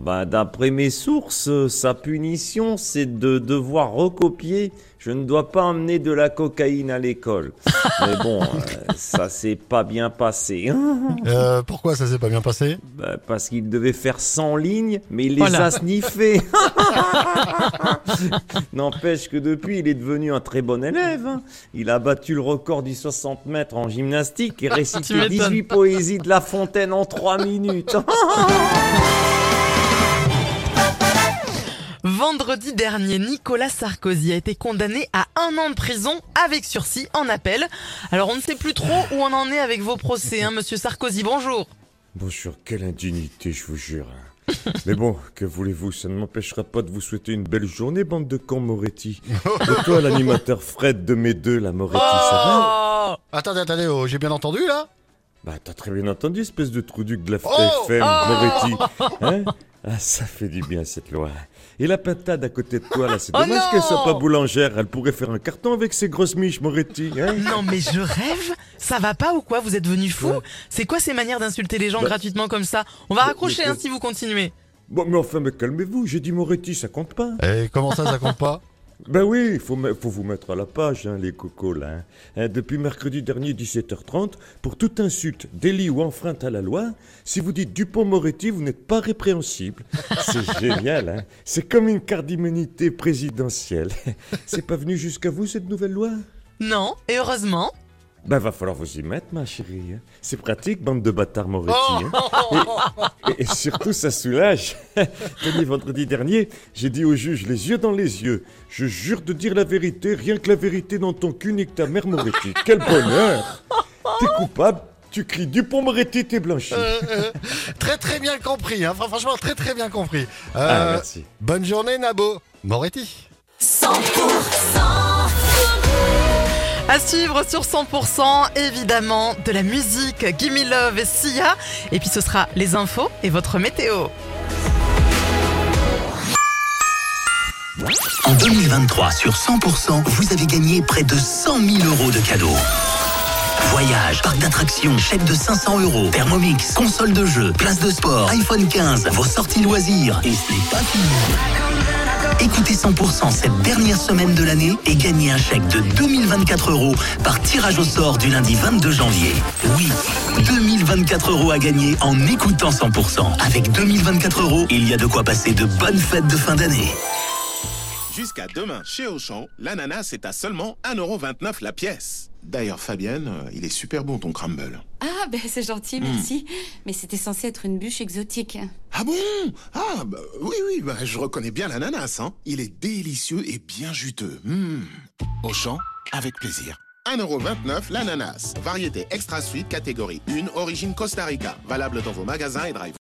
D'après mes sources, sa punition, c'est de devoir recopier. Je ne dois pas emmener de la cocaïne à l'école. Mais bon, ça s'est pas bien passé. Pourquoi ça s'est pas bien passé? Parce qu'il devait faire 100 lignes, mais il les a sniffées. N'empêche que depuis, il est devenu un très bon élève. Il a battu le record du 60 mètres en gymnastique et récité 18 poésies de La Fontaine en 3 minutes. Vendredi dernier, Nicolas Sarkozy a été condamné à 1 an de prison avec sursis en appel. Alors on ne sait plus trop où on en est avec vos procès, monsieur Sarkozy, bonjour. Bonjour, quelle indignité, je vous jure. Mais bon, que voulez-vous, ça ne m'empêchera pas de vous souhaiter une belle journée, bande de cons Moretti. Et toi, l'animateur Fred de mes deux, la Moretti, ça va? Attendez, j'ai bien entendu là? T'as très bien entendu, espèce de trouduc de la FM, Moretti. Hein? Ça fait du bien cette loi. Et la pintade à côté de toi là, c'est dommage qu'elle soit pas boulangère. Elle pourrait faire un carton avec ses grosses miches, Moretti. Hein? Non mais je rêve. Ça va pas ou quoi? Vous êtes venu fou? C'est quoi ces manières d'insulter les gens gratuitement comme ça? On va raccrocher si vous continuez. Bon, mais enfin, calmez-vous. J'ai dit Moretti, ça compte pas. Et comment ça compte pas? Oui, faut vous mettre à la page, les cocos, là. Depuis mercredi dernier, 17h30, pour toute insulte, délit ou enfreinte à la loi, si vous dites Dupond-Moretti, vous n'êtes pas répréhensible. C'est génial, hein. C'est comme une carte d'immunité présidentielle. C'est pas venu jusqu'à vous, cette nouvelle loi? Non, et heureusement. Va falloir vous y mettre, ma chérie. C'est pratique, bande de bâtards Moretti. Et surtout, ça soulage. Tenez, vendredi dernier, j'ai dit au juge, les yeux dans les yeux, je jure de dire la vérité, rien que la vérité dans ton cul, nique ta mère Moretti. Quel bonheur! T'es coupable, tu cries Dupond-Moretti, t'es blanchi. Très bien compris, hein. Franchement, très bien compris. Merci. Bonne journée, Nabo. Moretti. 100% À suivre sur 100%, évidemment, de la musique, Gimme Love et Sia. Et puis ce sera les infos et votre météo. En 2023, sur 100%, vous avez gagné près de 100 000 € de cadeaux. Voyage, parc d'attractions, chèque de 500 €, Thermomix, console de jeu, place de sport, iPhone 15, vos sorties loisirs. Et ce n'est pas fini. Écoutez 100% cette dernière semaine de l'année et gagnez un chèque de 2024 € par tirage au sort du lundi 22 janvier. Oui, 2024 € à gagner en écoutant 100%. Avec 2024 €, il y a de quoi passer de bonnes fêtes de fin d'année. Jusqu'à demain, chez Auchan, l'ananas est à seulement 1,29 € la pièce. D'ailleurs, Fabienne, il est super bon ton crumble. Ah, c'est gentil, merci. Mais c'était censé être une bûche exotique. Ah bon? Oui, je reconnais bien l'ananas, hein. Il est délicieux et bien juteux. Auchan, avec plaisir. 1,29 € l'ananas. Variété extra sweet, catégorie 1, origine Costa Rica. Valable dans vos magasins et drive.